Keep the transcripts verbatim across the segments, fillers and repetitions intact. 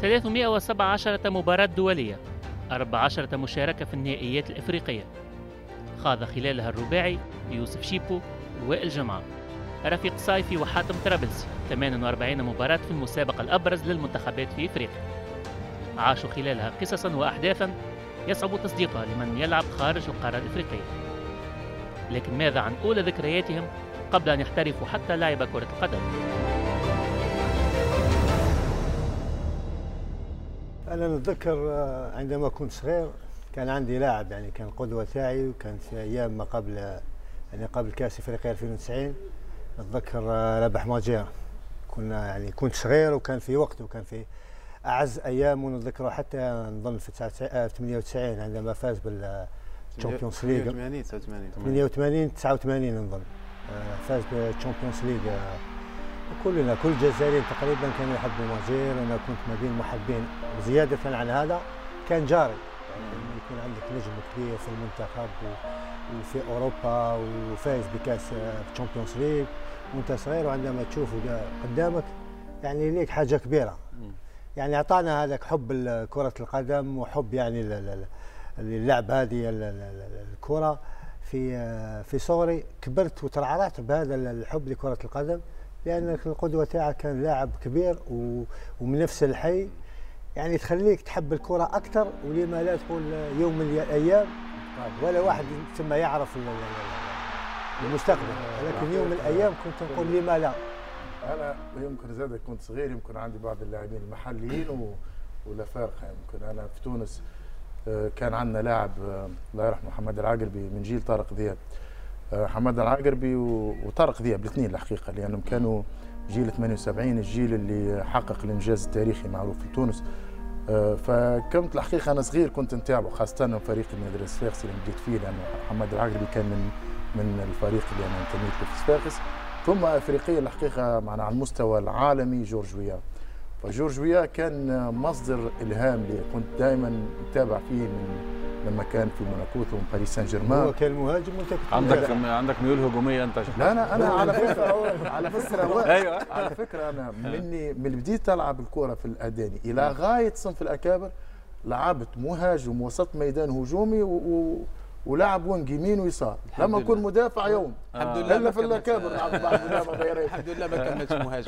ثلاثمائة وسبعة عشر مباراة دولية، أربع عشرة مشاركة في النهائيات الإفريقية، خاض خلالها الرباعي يوسف شيبو ووائل جمعة، رفيق صايفي وحاتم طرابلسي، ثمانية وأربعين مباراة في المسابقة الأبرز للمنتخبات في إفريقيا. عاشوا خلالها قصصا وأحداثا يصعب تصديقها لمن يلعب خارج القارة الإفريقية. لكن ماذا عن أولى ذكرياتهم قبل أن يحترفوا حتى لعب كرة القدم؟ أنا نتذكر عندما كنت صغير كان عندي لاعب يعني كان قدوة تاعي، وكان في أيام ما قبل يعني قبل كأس أفريقيا ألفين وتسعين. نتذكر رابح ماجير، كنا يعني كنت صغير وكان في وقت وكان في أعز أيام، ونتذكره حتى نظن في ثمانية وتسعين عندما فاز بالشامبيونز ليج ثمانية وثمانين تسعة وثمانين نظن فاز بالشامبيونز ليج. كلنا كل الجزائريين تقريبا كانوا يحبوا ماجير، وانا كنت ما بين المحبين. زياده عن هذا كان جاري، يعني يكون عندك نجم كبير في المنتخب وفي اوروبا وفايز بكاس الشامبيونز ليج وانت صغير، وعندما تشوفه قدامك يعني ليك حاجه كبيره. يعني اعطانا هذاك حب كره القدم وحب يعني اللعب هذه الكره في في صغري. كبرت وترعرعت بهذا الحب لكره القدم، لأن القدوة تاعك كان لاعب كبير ومن نفس الحي، يعني تخليك تحب الكرة أكثر. ولما لا تقول يوم من الأيام ولا واحد ثم يعرف المستقبل، لكن يوم من الأيام كنت نقول لما لا. أنا يمكن زاد كنت صغير، يمكن عندي بعض اللاعبين المحليين ولا فارقة. يمكن أنا في تونس كان عندنا لاعب الله يرحمه محمد العقربي من جيل طارق ذياب. حمد العقربي وطارق ذياب الاثنين الحقيقه، لانهم كانوا جيل ثمانية وسبعين، الجيل اللي حقق الانجاز التاريخي معروف في تونس. فكنت الحقيقه انا صغير كنت نتابعه، خاصه فريق المدرسه صفاقس اللي بديت فيه، لانه حمد العقربي كان من من الفريق اللي انا انتميت له في صفاقس. ثم افريقيا الحقيقه معنا على المستوى العالمي جورج ويا. فجورج ويا كان مصدر الهام لي، كنت دائما نتابع فيه من لما كان في موناكو ثم باريس سان جيرمان. هو كان مهاجم وانت كنت عندك عندك ميول هجوميه انت. لا انا انا على فكره على فكره ايوه على فكره انا مني من بديت العب الكره في الاداني الى غايه صنف الاكابر لعبت مهاجم وسط ميدان هجومي و ولعب وينج يمين ويسار. لما نكون مدافع يوم الحمد لله الا في الاكابر لعب بعض مدافع غيري. الحمد لله ما كملتش مهاجم.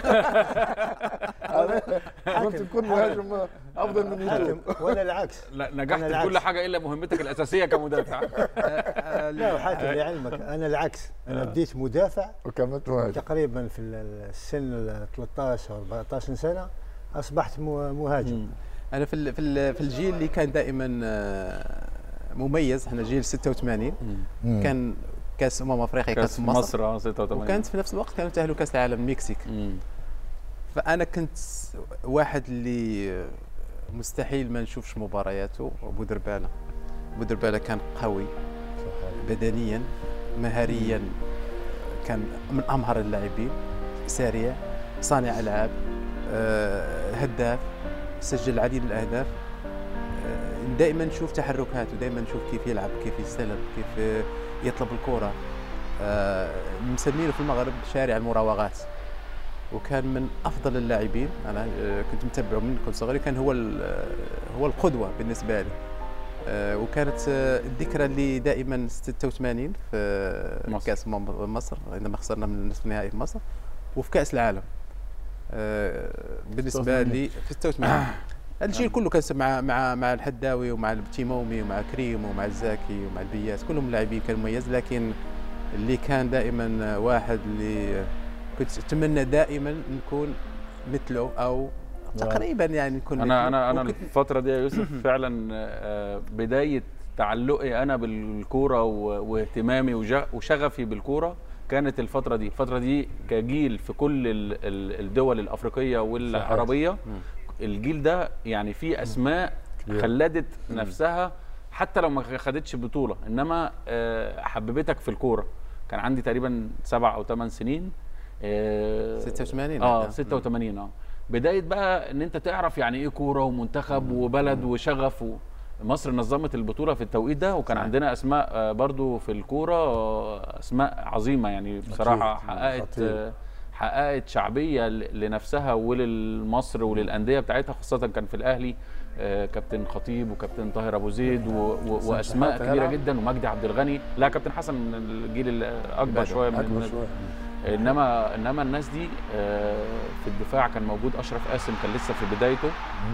كنت نكون مهاجم افضل من يوتيوب ولا العكس. لا نجحت في كل حاجه الا مهمتك الاساسيه كمدافع. لا وحاتم لعلمك انا العكس، انا بديت مدافع وكملت مهاجم تقريبا في السن ثلاثة عشر أربعة عشر سنه اصبحت مهاجم. انا في في الجيل اللي كان دائما مميز، احنا جيل ستة وثمانين مم. كان كاس امم افريقيا كاس مصر, مصر ستة وثمانين، وكانت في نفس الوقت كانوا تاهلوا كاس العالم المكسيك. مم. فانا كنت واحد اللي مستحيل ما نشوفش مبارياته. بودربالة بودربالة كان قوي بدنيا مهاريا، كان من امهر اللاعبين، سريع، صانع العاب، هداف، سجل العديد من الاهداف. دائما نشوف تحركاته، دائما نشوف كيف يلعب، كيف يستلم، كيف يطلب الكرة. مسمينه في المغرب شارع المراوغات، وكان من افضل اللاعبين. انا كنت متابعه من كنت صغير، كان هو هو القدوة بالنسبة لي. وكانت الذكرى اللي دائما ستة وثمانين في مصر. كاس مصر عندما خسرنا من نصف النهائي في مصر، وفي كاس العالم بالنسبة لي في ستة وثمانين. الجيل كله كان مع مع مع الحداوي ومع التيمومي ومع كريم ومع الزاكي ومع البياس، كلهم لاعبين كانوا مميز. لكن اللي كان دائما واحد اللي كنت اتمنى دائما نكون مثله او تقريبا يعني نكون انا انا انا الفتره دي يا يوسف فعلا بدايه تعلقي انا بالكوره واهتمامي وشغفي بالكوره كانت الفتره دي. الفتره دي كجيل في كل الدول الافريقيه والعربيه، الجيل ده يعني فيه اسماء خلدت نفسها حتى لو ما خدتش بطوله، انما حببتك في الكوره. كان عندي تقريبا سبع او ثمان سنين. ستة وثمانين اه ستة وثمانين اه بدايه بقى ان انت تعرف يعني ايه كوره ومنتخب وبلد وشغف. مصر نظمت البطوله في التوقيت ده، وكان عندنا اسماء برضو في الكوره، اسماء عظيمه يعني بصراحه. حققت حققت شعبيه لنفسها وللمصر وللانديه بتاعتها، خاصه كان في الاهلي آه كابتن خطيب وكابتن طاهر ابو زيد و... و... واسماء كبيره جدا، ومجدي عبد الغني، لا كابتن حسن من الجيل الاكبر شويه من أكبر شوية. انما انما الناس دي آه في الدفاع كان موجود اشرف قاسم، كان لسه في بدايته.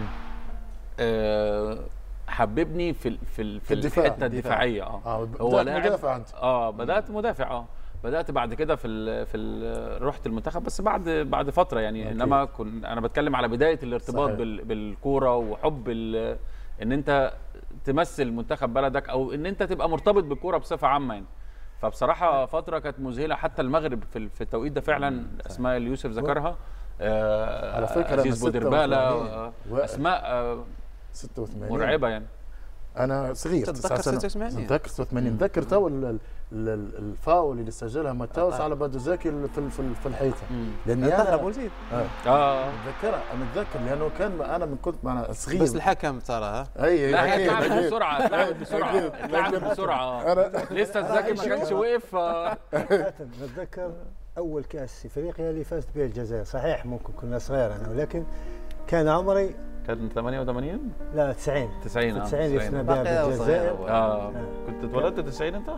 آه حببني في في في الحته الدفاعيه. اه, آه هو لاعب مدافع انت. اه بدات مدافع. اه بدات بعد كده في ال في ال رحت المنتخب بس بعد بعد فتره يعني. أوكي. انما كن انا بتكلم على بدايه الارتباط بال بالكوره وحب ان انت تمثل منتخب بلدك او ان انت تبقى مرتبط بالكوره بصفه عامه يعني. فبصراحه فتره كانت مذهله، حتى المغرب في في التوقيت ده فعلا اسماء اللي يوسف ذكرها آه على فكره عزيز بودربالة آه اسماء آه ستة وثمانين مرعبه يعني. انا صغير تتذكر ستة وثمانين؟ نتذكر ستة وثمانين، نتذكر تو الفاول اللي سجلها ماتاوس على بادوزاكي في في الحيطه، لاني انا ابو زيد اه, آه. متذكرها متذكر لانه كان انا من كنت انا صغير بس الحكم ترى اي لا هي اتلعبت بسرعه اتلعبت بسرعه اتلعبت بسرعه لسه الزكي ما كانش وقف. نتذكر اول كاس افريقيا اللي فازت به الجزائر، صحيح ممكن كنا صغير انا، ولكن كان عمري كان ثمانية وثمانين لا تسعين تسعين اه تسعين اللي فزنا بها بالجزائر. اه كنت اتولدت تسعين انت؟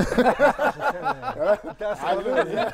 انت اصغر مني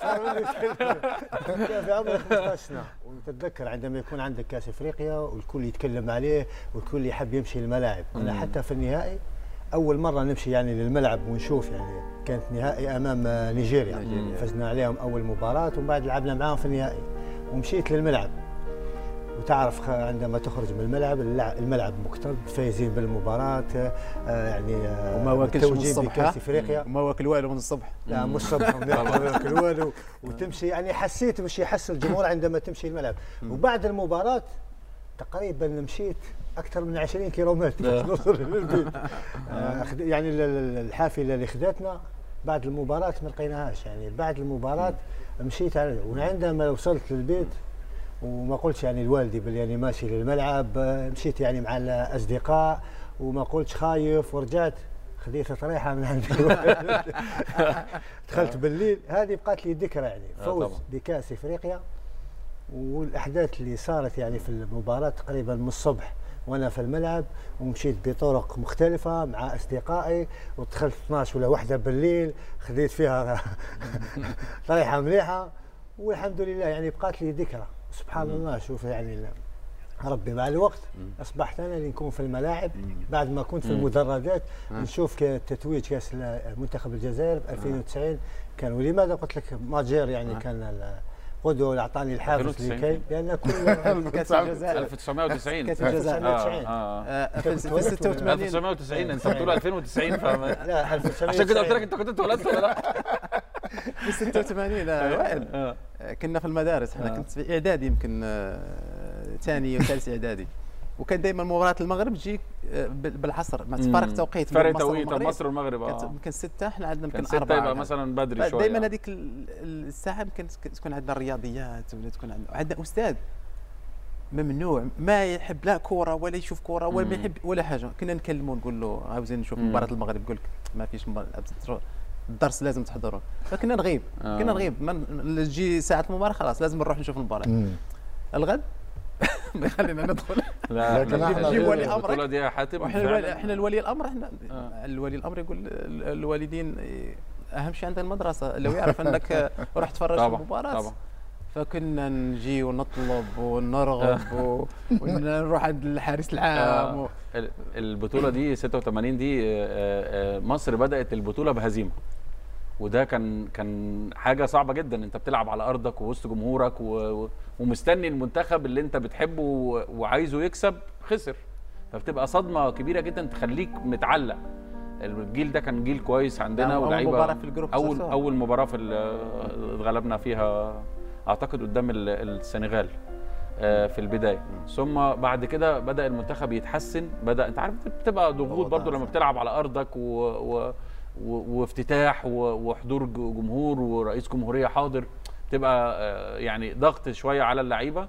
كان في عمري خمسطاش سنه. وتتذكر عندما يكون عندك كاس افريقيا والكل يتكلم عليه والكل يحب يمشي الملاعب. انا حتى في النهائي اول مره نمشي يعني للملعب ونشوف، يعني كانت نهائي امام نيجيريا فزنا عليهم اول مباراه ومن بعد لعبنا معاهم في النهائي ومشيت للملعب. وتعرف عندما تخرج من الملعب الملعب مكتظ فايزين بالمباراه آه يعني آه وما واكلش من الصبح بكاس افريقيا وما واكل والو من الصبح. لا مش الصبح ما واكل والو وتمشي يعني حسيت باش يحس الجمهور عندما تمشي الملعب. وبعد المباراه تقريبا مشيت اكثر من عشرين كيلومتر باش نوصل للبيت. آه يعني الحافله اللي خذتنا بعد المباراه ما لقيناهاش، يعني بعد المباراه مشيت على وعندما وصلت للبيت وما قلتش يعني لوالدي بل يعني ماشي للملعب، مشيت يعني مع الاصدقاء وما قلتش خايف ورجعت خذيت طريحه من عندي دخلت بالليل. هذه بقات لي ذكرى يعني فوز بكاس افريقيا والاحداث اللي صارت يعني في المباراه تقريبا من الصبح وانا في الملعب، ومشيت بطرق مختلفه مع اصدقائي ودخلت اثناش ولا واحده بالليل خذيت فيها طريحه مليحه والحمد لله يعني بقات لي ذكرى. سبحان مم. الله شوف يعني ربي مع الوقت مم. اصبحت انا اللي نكون في الملاعب بعد ما كنت في المدرجات نشوف تتويج كاس منتخب الجزائر ب ألفين وتسعين كان. ولماذا قلت لك ماجير يعني كان قدوه اللي اعطاني الحافز لكي لان كل كاس الجزائر ألف وتسعمائة وتسعين كاس الجزائر في ستة وثمانين ألف وتسعمائة وتسعين انت بتقول ألفين وتسعين لا ألف وتسعمائة عشان كده قلت لك انت كنت اتولدت ولا لا؟ في ستة وثمانين وائل كنا في المدارس، احنا كنت في اعدادي يمكن ثاني وثالث اعدادي، وكان دايما مباراه المغرب تجي بالعصر مع فرق توقيت فرق توقيت مصر والمغرب اه يمكن ستة احنا عندنا يمكن أربعة ستة يبقى مثلا بدري شويه. دائما هذيك الساعه يمكن تكون عندنا الرياضيات ولا تكون عندنا عندنا استاذ ممنوع ما يحب لا كوره ولا يشوف كوره ولا ما يحب ولا حاجه. كنا نكلمه نقول له عاوزين نشوف مباراه المغرب، يقول لك ما فيش الدرس لازم تحضره. فكنا نغيب آه. كنا نغيب من تجي ساعه المباراه خلاص لازم نروح نشوف المباراه. الغد ما يخلينا ندخل. لا نجيب ولي امر البطوله دي حاتم احنا احنا الولي الامر احنا آه. الولي الامر يقول الوالدين اهم شيء عند المدرسه لو يعرف انك رحت تفرج في المباراه. طبعا فكنا نجي ونطلب ونرغب ونروح عند الحارس العام و... البطوله دي ستة وثمانين دي مصر بدات البطوله بهزيمه، وده كان كان حاجه صعبه جدا. انت بتلعب على ارضك ووسط جمهورك و... ومستني المنتخب اللي انت بتحبه وعايزه يكسب خسر، فبتبقى صدمه كبيره جدا تخليك متعلق. الجيل ده كان جيل كويس عندنا ولاعيبه. اول مباراه في الجروب اول اول مباراه في اتغلبنا فيها اعتقد قدام السنغال في البدايه، ثم بعد كده بدا المنتخب يتحسن. بدا انت عارف بتبقى ضغوط برضو لما بتلعب على ارضك و... و... وافتتاح وحضور جمهور ورئيس جمهوريه حاضر، بتبقى يعني ضغط شويه على اللعيبه،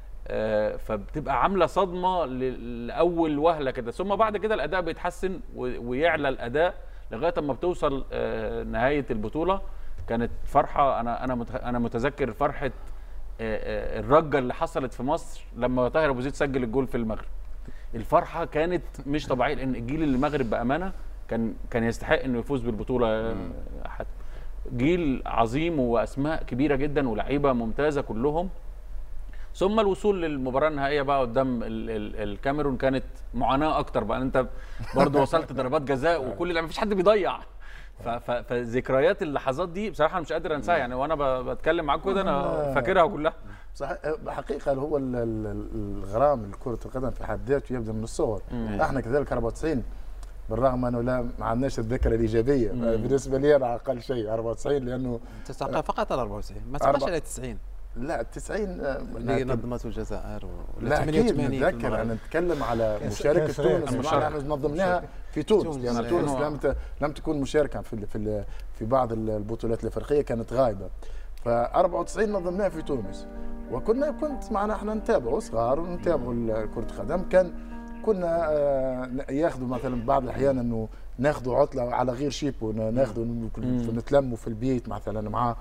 فبتبقى عامله صدمه لاول وهله كده. ثم بعد كده الاداء بيتحسن ويعلى الاداء لغايه اما بتوصل نهايه البطوله كانت فرحه. انا انا انا متذكر فرحه الرجه اللي حصلت في مصر لما طاهر ابو زيد سجل الجول في المغرب. الفرحه كانت مش طبيعيه، لان الجيل المغرب بامانه كان كان يستحق انه يفوز بالبطوله. حتى جيل عظيم واسماء كبيره جدا ولاعيبه ممتازه كلهم. ثم الوصول للمباراه النهائيه بقى قدام ال ال الكاميرون كانت معاناه اكتر بقى. انت برضه وصلت ضربات جزاء وكل ما فيش حد بيضيع. فذكريات اللحظات دي بصراحه انا مش قادر انساها يعني، وانا بتكلم معاك كده انا فاكرها كلها. صحيح. حقيقه هو الغرام لكره القدم في حد ذاته يبدا من الصغر. احنا كذلك أربعة وتسعين بالرغم انه لا ما عندناش الذكرى الايجابيه بالنسبه لي انا اقل شيء أربعة وتسعين، لانه تتوقع فقط على أربعة وتسعين ما تبقاش على تسعين. لا التسعين اللي نظمته الجزائر ولا ثمانية وثمانين. نتذكر انا نتكلم على مشاركه تونس، احنا نظمناها في تونس لان يعني تونس لم لم تكون مشاركه في في في بعض البطولات الافريقيه، كانت غايبه. ف أربعة وتسعين نظمناها في تونس، وكنا كنت معنا احنا نتابعوا صغار ونتابعوا كره القدم. كان كنا ياخذوا مثلا بعض الاحيان انه ناخذوا عطله على غير شيبو، ناخذوا نتلموا في البيت مثلا مع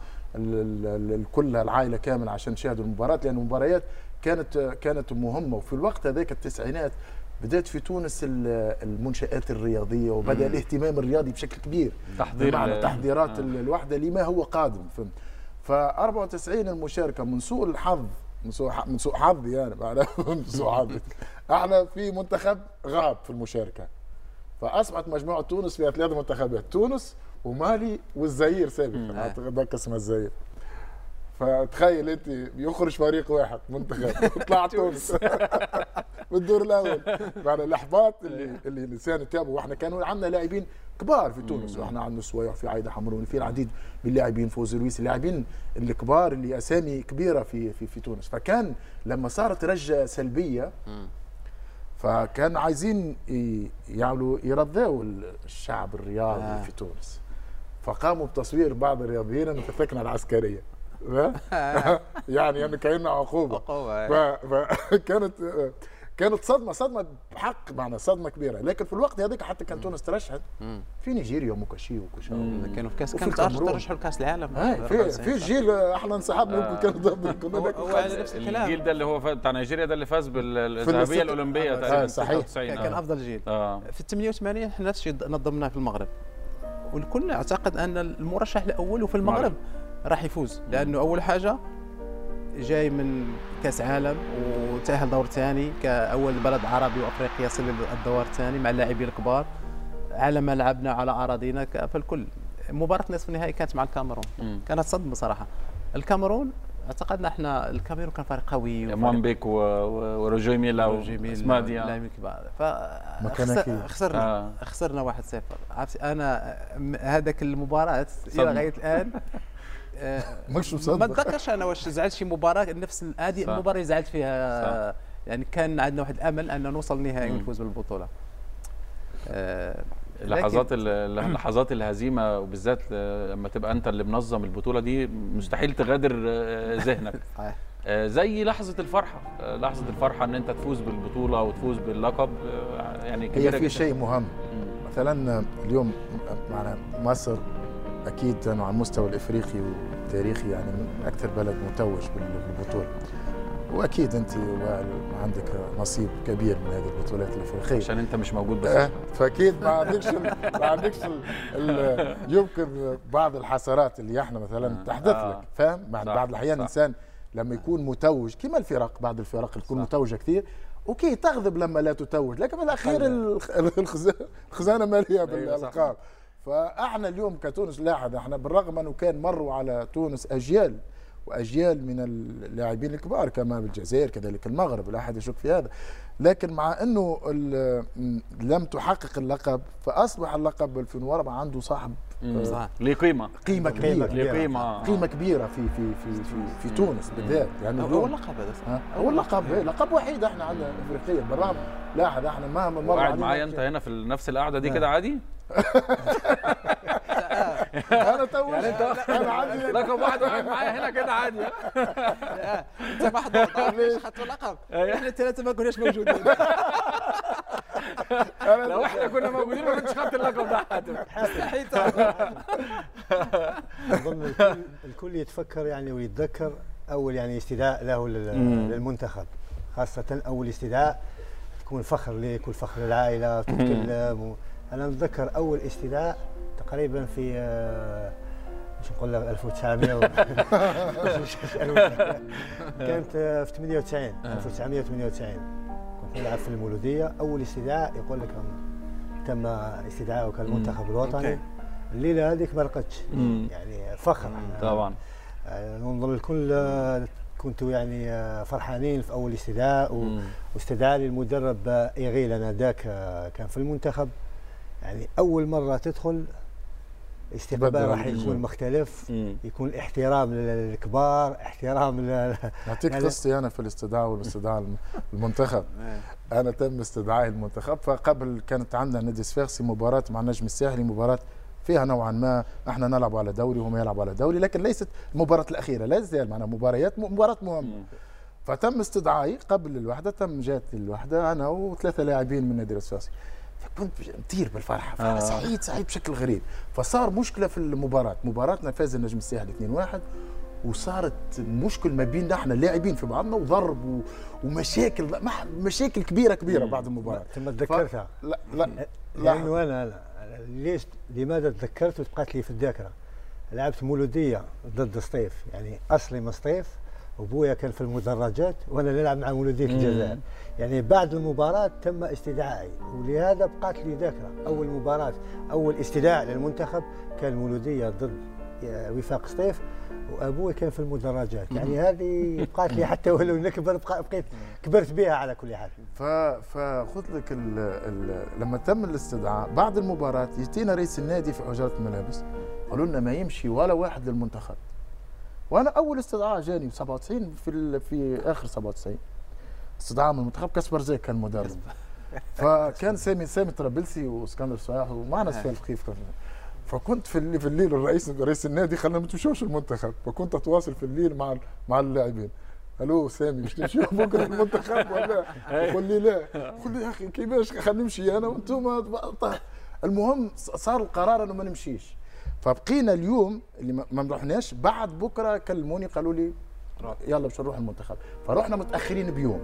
كل العائله كامله عشان نشاهدوا المباراه، لان المباريات كانت كانت مهمه. وفي الوقت هذاك التسعينات بدات في تونس المنشآت الرياضيه وبدا مم. الاهتمام الرياضي بشكل كبير، تحضير بمعنى تحضيرات آه. الوحده لما هو قادم. فهمت؟ ف أربعة وتسعين المشاركه من سوء الحظ، من سوء من سوء حظي يعني من سوء حظي احنا في منتخب غاب في المشاركه، فاصبحت مجموعه تونس فيها ثلاث منتخبات، تونس ومالي والجزائر سابقا اعتقد ذاك اسمها الجزائر. فتخيل انت يخرج فريق واحد منتخب طلع تونس بالدور الاول. معنى الاحباط اللي اللي الانسان يتابعه. واحنا كانوا عندنا لاعبين كبار في تونس، واحنا عندنا سويح، في عايده حمروني، في العديد من اللاعبين، فوزي لويس، اللاعبين الكبار اللي اسامي كبيره في في في تونس. فكان لما صارت رجه سلبيه فكان عايزين يعملوا يرضوا الشعب الرياضي آه. في تونس، فقاموا بتصوير بعض الرياضيين في الثكنه العسكريه يعني يعني كأنها عقوبه. فكانت كانت صدمه صدمه بحق، معنى صدمه كبيره. لكن في الوقت هذاك حتى كان تونس ترشحت في نيجيريا وموكاشي وكوشاو، كانوا في كاس، كانت ترشحوا لكاس العالم. آه في في جيل احنا انسحبنا يمكن كانوا ضد كنا الجيل ده اللي هو بتاع نيجيريا ده اللي فاز بالذهبيه الاولمبيه تقريبا صحيح، كان افضل جيل. في ثمانية وثمانين احنا نفس الشيء نظمناه في المغرب، والكل اعتقد ان المرشح الاول وفي المغرب راح يفوز، لانه اول حاجه جاي من كاس عالم وتاهل دور ثاني كاول بلد عربي وافريقيا يصل للدور الثاني مع اللاعبين الكبار على ملعبنا على اراضينا. فالكل مباراه نصف النهائي كانت مع الكاميرون، كانت صدمه صراحه. الكاميرون اعتقدنا احنا الكاميرون كان فريق قوي، موامبيك وروجوي ميلا واسماء دي لاعبين كبار، فخسرنا آه. خسرنا واحد صفر. عرفت انا هذاك المباراه الى لغايه الان مش مصدق، ما اتذكرش انا واش زعلت شي مباراه نفس هذه المباراه اللي زعلت فيها صح. يعني كان عندنا واحد الامل ان نوصل النهائي ونفوز بالبطوله. آه لحظات لحظات الهزيمه وبالذات لما تبقى انت اللي منظم البطوله دي مستحيل تغادر ذهنك. آه زي لحظه الفرحه، آه لحظه الفرحه ان انت تفوز بالبطوله وتفوز باللقب، آه يعني كبيره. هي في شيء مهم مثلا اليوم معنا مصر اكيد انه على المستوى الافريقي والتاريخي يعني من اكثر بلد متوج بالبطوله، واكيد انت عندك نصيب كبير من هذه البطولات الافريقيه عشان انت مش موجود بس. أه فاكيد ما عندكش ما عندكش يمكن بعض الحسرات اللي احنا مثلا آه تحدث آه لك، فاهم؟ بعد بعض الاحيان الانسان لما يكون متوج كما الفرق، بعض الفرق اللي تكون متوجه كثير اوكي تغضب لما لا تتوج، لكن بالاخير الخزانه ماليه بالالقاب. فاحنا اليوم كتونس لاحظ احنا بالرغم انه كان مروا على تونس اجيال واجيال من اللاعبين الكبار كما بالجزائر كذلك المغرب، لا احد يشك في هذا، لكن مع انه لم تحقق اللقب فاصبح اللقب ألفين وأربعة عنده صاحب صح ليه قيمه قيمه كبيره ليه قيمه قيمه كبيره في في في في, في تونس بالذات. يعني هو اللقب هذا هو اللقب لقب وحيد احنا عندنا افريقيا. بالرغم لاحظ احنا مهما مر قاعد معايا انت هنا في نفس القعده دي كده عادي. انا تو يعني انت انا عندي لقب واحد قاعد معايا هنا كده عادي. انت محظوظ ليش خدتوا لقب؟ احنا الثلاثه ما كناش موجودين. لو احنا كنا موجودين ما كنتش خدت اللقب ده حاتم. اظن الكل, الكل يتفكر يعني ويتذكر اول يعني استدعاء له للمنتخب، خاصه اول استدعاء تكون فخر لك والفخر للعائله وتتكلم و... انا نتذكر اول استدعاء تقريبا في مش نقول لك ألف وتسعمائة كانت في ثمانية وتسعين ألف وتسعمائة وثمانية وتسعين كنت نلعب في المولوديه. اول استدعاء يقول لك تم استدعائك المنتخب الوطني. الليله هذيك ما رقدتش يعني فخر طبعا. ننظر الكل كنتوا يعني فرحانين في اول استدعاء، واستدعاء لي المدرب ايغيل انا ذاك كان في المنتخب. يعني اول مره تدخل استقبال راح يكون مختلف، مم. يكون احترام للكبار، احترام ل... نعطيك قصتي انا في الاستدعاء والاستدعاء المنتخب. انا تم استدعائي المنتخب، فقبل كانت عندنا نادي صفاقسي مباراه مع النجم الساحلي، مباراه فيها نوعا ما احنا نلعب على دوري وهم يلعبوا على دوري، لكن ليست المباراه الاخيره، لا زال معنا مباريات مباراه مهمه. فتم استدعائي قبل الوحده، تم جات الوحده انا وثلاثه لاعبين من نادي الصفاقسي، فكنت نطير بالفرحه، فرحه آه. سعيد سعيد بشكل غريب. فصار مشكله في المباراه، مباراتنا فاز النجم الساحلي اثنين واحد، وصارت مشكل ما بيننا احنا اللاعبين في بعضنا وضرب ومشاكل مشاكل كبيره كبيره بعد المباراه. ثم تذكرتها؟ ف... لا لا لانه انا لا. ليش لماذا تذكرت وبقات لي في الذاكره؟ لعبت مولوديه ضد سطيف، يعني اصلي من سطيف، وابويا كان في المدرجات وانا نلعب مع مولوديه الجزائر. يعني بعد المباراه تم استدعائي، ولهذا بقات لي ذاكره. اول مباراه اول استدعاء للمنتخب كان مولوديه ضد وفاق سطيف، وابوي كان في المدرجات. يعني هذه بقات لي حتى ولو نكبر بقيت كبرت بها على كل حال. فقلت لك ال ال لما تم الاستدعاء بعد المباراه يجينا رئيس النادي في حجره الملابس، قالوا لنا ما يمشي ولا واحد للمنتخب. وانا اول استدعاء جاني في سبعة وتسعين في في اخر سبعة وتسعين استدعاء من المنتخب، كاسبر زيك كان مدرب. فكان سامي سامي طرابلسي واسكندر صلاح ومعنا سفيان الخفيف. فكنت في الليل في الليل الرئيس رئيس النادي خلينا ما تمشوش المنتخب، فكنت اتواصل في الليل مع مع اللاعبين. الو سامي مش نمشي بكره المنتخب ولا؟ يقول لي لا. قلت له يا اخي كيفاش خلينا نمشي انا وانتم؟ المهم صار القرار انه ما نمشيش. فبقينا اليوم اللي ما رحناش، بعد بكره كلموني قالوا لي يلا باش نروح المنتخب، فرحنا متاخرين بيوم.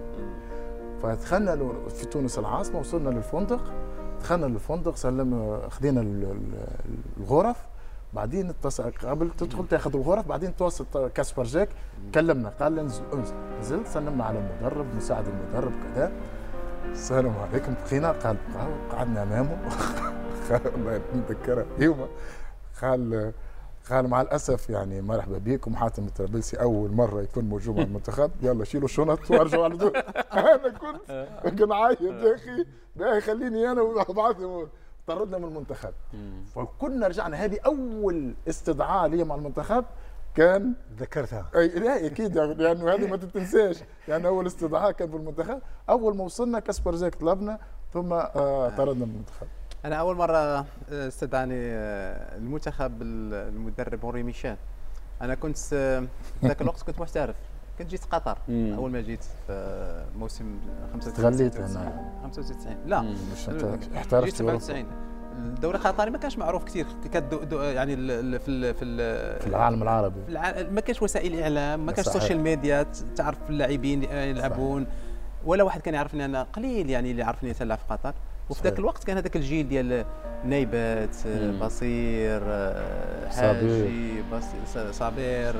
فدخلنا في تونس العاصمه، وصلنا للفندق، دخلنا للفندق سلم خدينا الغرف، بعدين اتصل قبل تدخل تاخذ الغرف، بعدين تواصل كاسبر جاك كلمنا قال لنا انزل انزل، نزلت سلمنا على المدرب مساعد المدرب كذا، السلام عليكم، بقينا قال قعدنا امامه الله نتذكرها يوم قال قال مع الاسف يعني مرحبا بكم حاتم الطرابلسي اول مره يكون موجود مع المنتخب، يلا شيلوا الشنط وارجعوا على دول. انا كنت كنت عايط يا اخي باهي خليني انا وبعضهم طردنا من المنتخب. فكنا رجعنا، هذه اول استدعاء لي مع المنتخب كان ذكرتها. اي لا اكيد لانه يعني هذه ما تتنساش، يعني اول استدعاء كان في المنتخب، اول ما وصلنا كاسبر زاك طلبنا ثم آه طردنا من المنتخب. أنا أول مرة استدعاني المنتخب المدرب هوري ميشيل. أنا كنت ذاك الوقت كنت محترف، كنت جيت قطر مم. أول ما جيت في موسم خمسة وتسعين خمسة وتسعين لا مش احترفت جيت سبعة وتسعين. الدوري القطري ما كانش معروف كثير، كان يعني في ال في ال في العالم العربي في الع... ما كانش وسائل اعلام، ما كانش سوشيال ميديا تعرف اللاعبين يلعبون، ولا واحد كان يعرفني انا، قليل يعني اللي يعرفني تلعب في قطر. وفي ذاك الوقت كان هذاك الجيل ديال نيبات بصير حاجي بصير صابير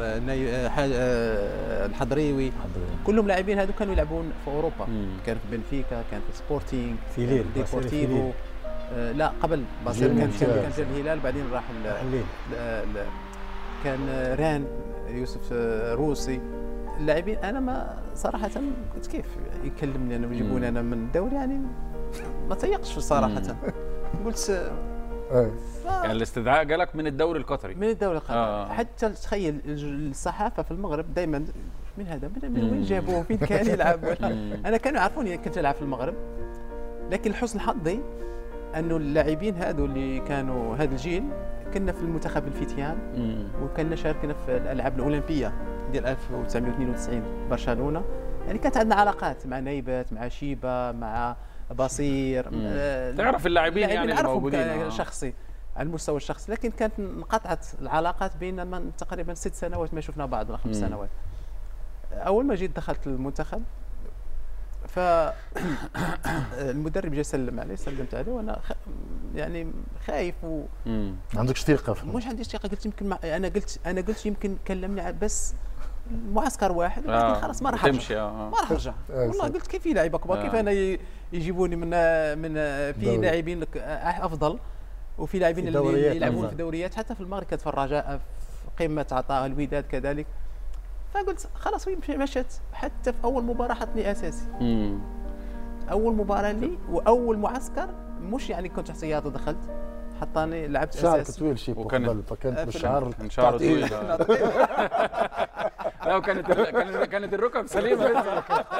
الحضريوي، كلهم لاعبين هذو كانوا يلعبون في اوروبا. مم. كان في بنفيكا، كان في سبورتينغ، في ليل ديبورتيفو. آه لا قبل بصير كان كان جا الهلال، بعدين راح الليل. كان ران يوسف روسي. اللاعبين انا ما صراحه كنت كيف يكلمني انا ويجيبوني انا من الدوري، يعني ما تيقش صراحه. قلت يعني الاستدعاء جالك من الدوري القطري؟ من الدوري القطري. آه. حتى تخيل الصحافه في المغرب دائما من هذا من وين جابوه، فين كان يلعب. انا كانوا يعرفوني كنت العب في المغرب، لكن لحسن حظي انه اللاعبين هذو اللي كانوا هذا الجيل كنا في المنتخب الفتيان، وكنا شاركنا في الالعاب الاولمبيه ديال ألف وتسعمائة واثنين وتسعين برشلونه. يعني كانت عندنا علاقات مع نيبات، مع شيبه، مع بصير آه تعرف اللاعبين يعني اللي نعرفهم موجودين آه. شخصي على المستوى الشخصي، لكن كانت انقطعت العلاقات بيننا من تقريبا ست سنوات ما شفنا بعض ولا خمس مم. سنوات. اول ما جيت دخلت المنتخب ف المدرب جا سلم علي، سلمت عليه وانا خ... يعني خايف و مم. ما عندكش ثقه في مش عندي ثقه. قلت يمكن مع... انا قلت انا قلت يمكن كلمني على بس معسكر واحد وبعدين آه. خلاص ما راح ارجع تمشي آه. ما راح ارجع. والله قلت كيف في لاعب كبار، آه. كيف انا ي- يجيبوني من من في دوري. لاعبين لك افضل، وفي لاعبين في اللي دوريات يلعبون أفضل. في دوريات حتى في المغرب كانت في الرجاء في قمه عطاء الوداد كذلك. فقلت خلاص وين مشت. حتى في اول مباراه حطني اساسي، مم. اول مباراه لي واول معسكر، مش يعني كنت احتياطي دخلت حطاني لعبت شعرك اساسي. طويل شيء وكانت- قبل فكانت آه، بالشعر كان شعره تعطيه. طويل آه. لا وكانت كانت كانت الركب سليمه لسه.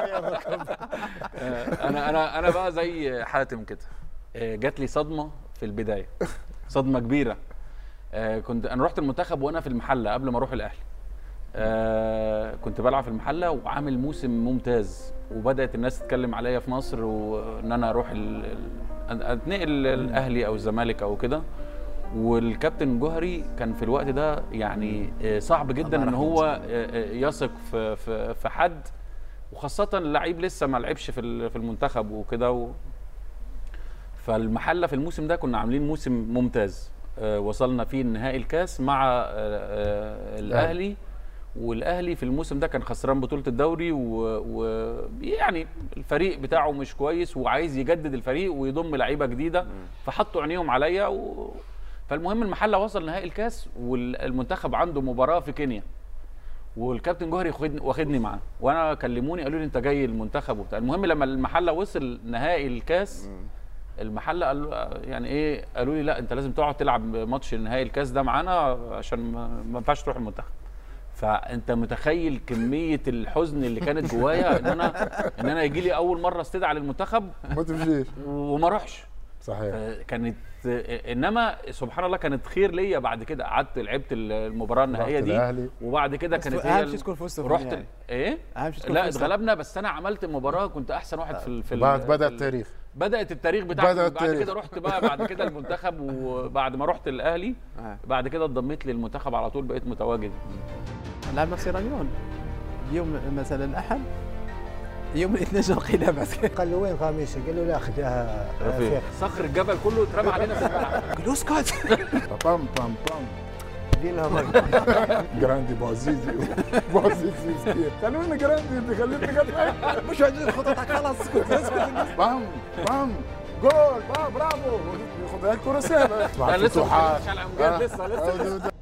آه، انا انا انا بقى زي حاتم كده، آه، جات لي صدمه في البدايه، صدمه كبيره. آه، كنت انا رحت المنتخب وانا في المحله قبل ما اروح الاهلي. آه، كنت بلعب في المحله وعامل موسم ممتاز، وبدات الناس تتكلم عليا في مصر وان انا اروح ال- ال- اتنقل الاهلي او الزمالك او كده. والكابتن جوهري كان في الوقت ده يعني آه، صعب جدا الله ان يرحمه. هو آه، آه، يثق في في في حد، وخاصه اللعيب لسه ما لعبش في ال- في المنتخب وكده و... فالمحله في الموسم ده كنا عاملين موسم ممتاز. آه، وصلنا فيه نهائي الكاس مع آه، آه، الاهلي، والاهلي في الموسم ده كان خسران بطوله الدوري، ويعني الفريق بتاعه مش كويس وعايز يجدد الفريق ويضم لعيبه جديده، فحطوا عينيهم عليا و... فالمهم المحله وصل نهائي الكاس والمنتخب عنده مباراه في كينيا، والكابتن جوهري واخدني واخدني معاه، وانا كلموني قالوا لي انت جاي المنتخب وبتاع. المهم لما المحله وصل نهائي الكاس، المحله قالوا يعني ايه، قالوا لي لا انت لازم تقعد تلعب ماتش نهائي الكاس ده معانا عشان ما ما ينفعش تروح المنتخب. فانت متخيل كميه الحزن اللي كانت جوايا ان انا ان انا يجي لي اول مره استدعى للمنتخب ما تمشيش وما اروحش. صحيح. كانت انما سبحان الله كانت خير ليا. بعد كده قعدت لعبت المباراه النهائيه دي الأهلي. وبعد كده بس كانت اهم شيء تكون فزت في رحت النهائي. ايه اهم شيء تكون لا فزت. اتغلبنا، بس انا عملت مباراه كنت احسن واحد في ال- في ال- بعد في بدا ال- التاريخ بدات التاريخ بتاعي. بدأ بعد التاريخ. كده رحت بقى بعد كده المنتخب، وبعد ما رحت الاهلي آه. بعد كده انضميت للمنتخب على طول، بقيت متواجد. لعبنا في سيراليون اليوم مثلا الاحد، يوم الاثنين جا انقلاب عسكري. قال له وين قميصي؟ قال له لا خداها رفيق رفيق. صخر الجبل كله اترمى علينا في الملعب. قال له اسكت. بام بام بام دي لها مرة. جراندي بوزيزي بوزيزي مسكين كان وين جراندي اللي خليتني قتلك مش عايزين خططك خلاص اسكت اسكت. بام بام جول بام برافو خد الكرة سهلة انا لسه ما اتكلمتش على امجاد، لسه لسه لسه